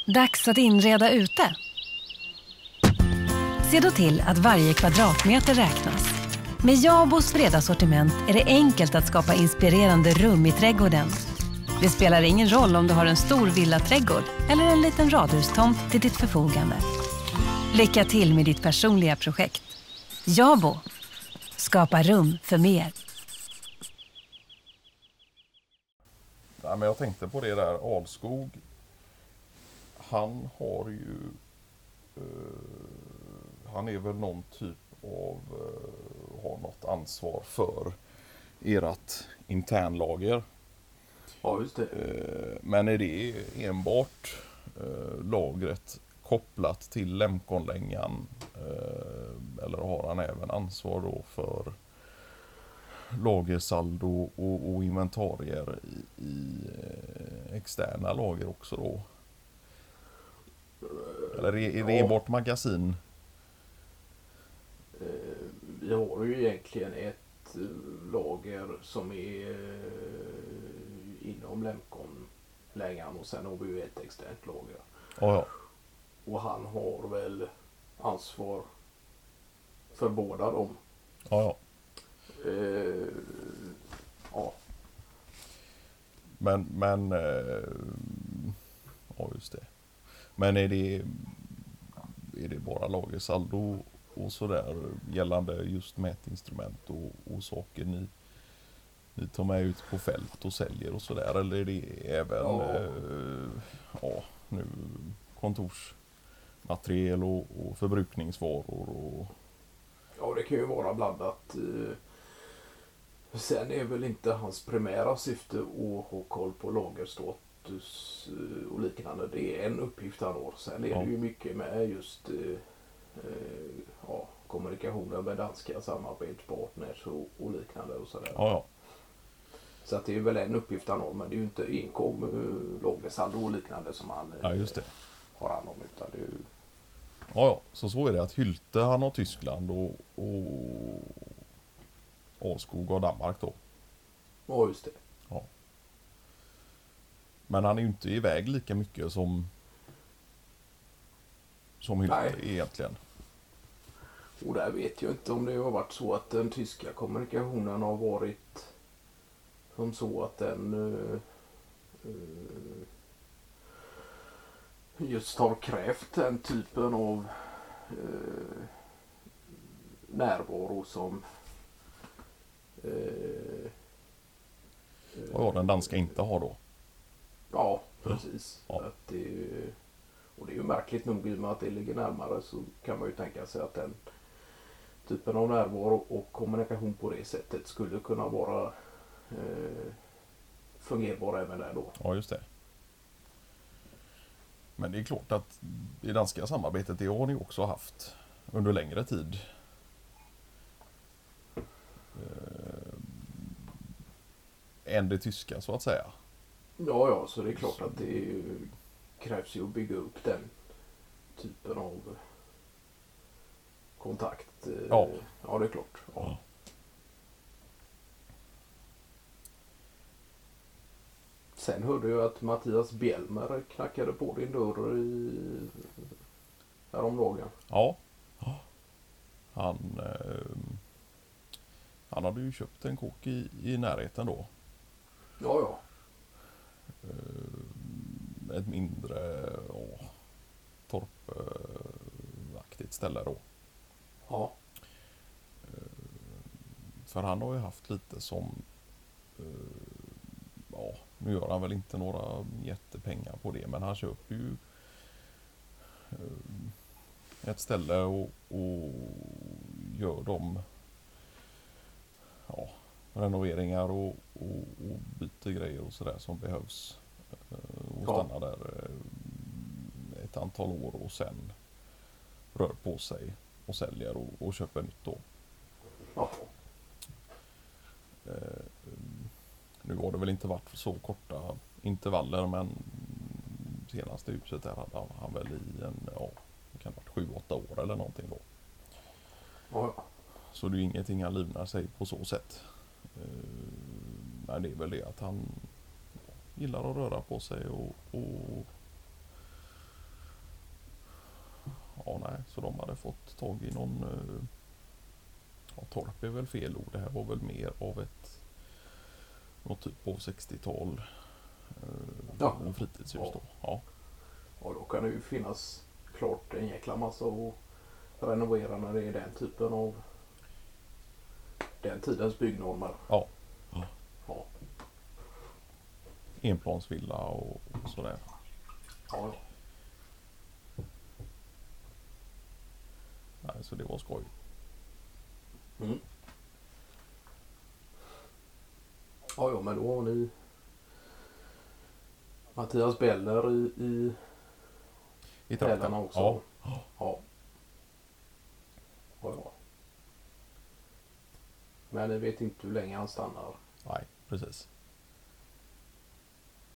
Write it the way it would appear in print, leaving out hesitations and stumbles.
Dags att inreda ute. Se då till att varje kvadratmeter räknas. Med Jabos breda sortiment är det enkelt att skapa inspirerande rum i trädgården. Det spelar ingen roll om du har en stor villaträdgård eller en liten radhustomt till ditt förfogande. Lycka till med ditt personliga projekt. Jabo. Skapa rum för mer. Ja, men jag tänkte på det där, Alskog. Han har ju... han är väl någon typ av... har något ansvar för ert internlager. Ja, just det. Men är det enbart lagret kopplat till Lemkonlängan? Eller har han även ansvar då för lagersaldo och inventarier i externa lager också då? Eller är det enbart magasin? Vi har ju egentligen ett lager som är inom Lemkonlängan och sen har vi ju ett externt lager. Ja. Och han har väl ansvar för båda dem. Ja. Ja. Men ja, just det. Men är det bara lagersaldo och sådär gällande just mätinstrument och saker ni tar med ut på fält och säljer och sådär, eller är det även nu kontorsmaterial och förbrukningsvaror och... Ja, det kan ju vara blandat. Sen är väl inte hans primära syfte att ha koll på lagerstatus och liknande. Det är en uppgift han har. Sen är det ju mycket med just kommunikationen med danska samarbetspartners och liknande och sådär. Ja. Så att det är väl en uppgift han har, men det är ju inte enkom lagersaldo och liknande som han har hand om, utan det är ju... Ja, så är det att Hylte han har Tyskland och Alskog har Danmark då. Ja, just det. Ja. Men han är ju inte iväg lika mycket som Hylte egentligen. Och där vet jag inte om det har varit så att den tyska kommunikationen har varit som så att den just har krävt den typen av närvaro som den danska inte har då. Ja, precis. Ja. Att och det är ju märkligt nog i och med att det ligger närmare, så kan man ju tänka sig att den typen av närvaro och kommunikation på det sättet skulle kunna vara fungerbar även där då. Ja, just det. Men det är klart att det danska samarbetet, det har ni också haft under längre tid. Än det tyska så att säga. Ja, så det är klart att det krävs ju att bygga upp den typen av kontakt. Ja, det är klart. Ja. Sen hörde jag att Mattias Bjelmer knackade på din dörr häromdagen. Ja. Han hade ju köpt en kåk i närheten då. Ja. Ett mindre torpaktigt ställe då. Ja. För han har ju haft lite som nu gör han väl inte några jättepengar på det, men han köper ju ett ställe och gör de renoveringar och byter grejer och sådär som behövs och stannar där ett antal år och sen rör på sig och säljer och köper nytt då. Ja. Nu har det väl inte varit så korta intervaller, men senaste huset där hade han väl i det kan ha varit 7-8 år eller någonting då. Ja. Så det är ingenting han livnar sig på så sätt. Men det är väl det att han gillar att röra på sig och Ja, nej, så de hade fått tag i någon, torp är väl fel ord, det här var väl mer av något typ av 60-tal en fritidshus då. Ja. Och då kan det ju finnas klart en jäkla massa att renovera när det är den typen av den tidens byggnormer. Ja. Ja. Enplansvilla och sådär. Ja. Nej, så det var skoj. Mm. Ja, men då har ni Mattias Beller i trakten också. Ja. Ja. Men ni vet inte hur länge han stannar. Nej, precis.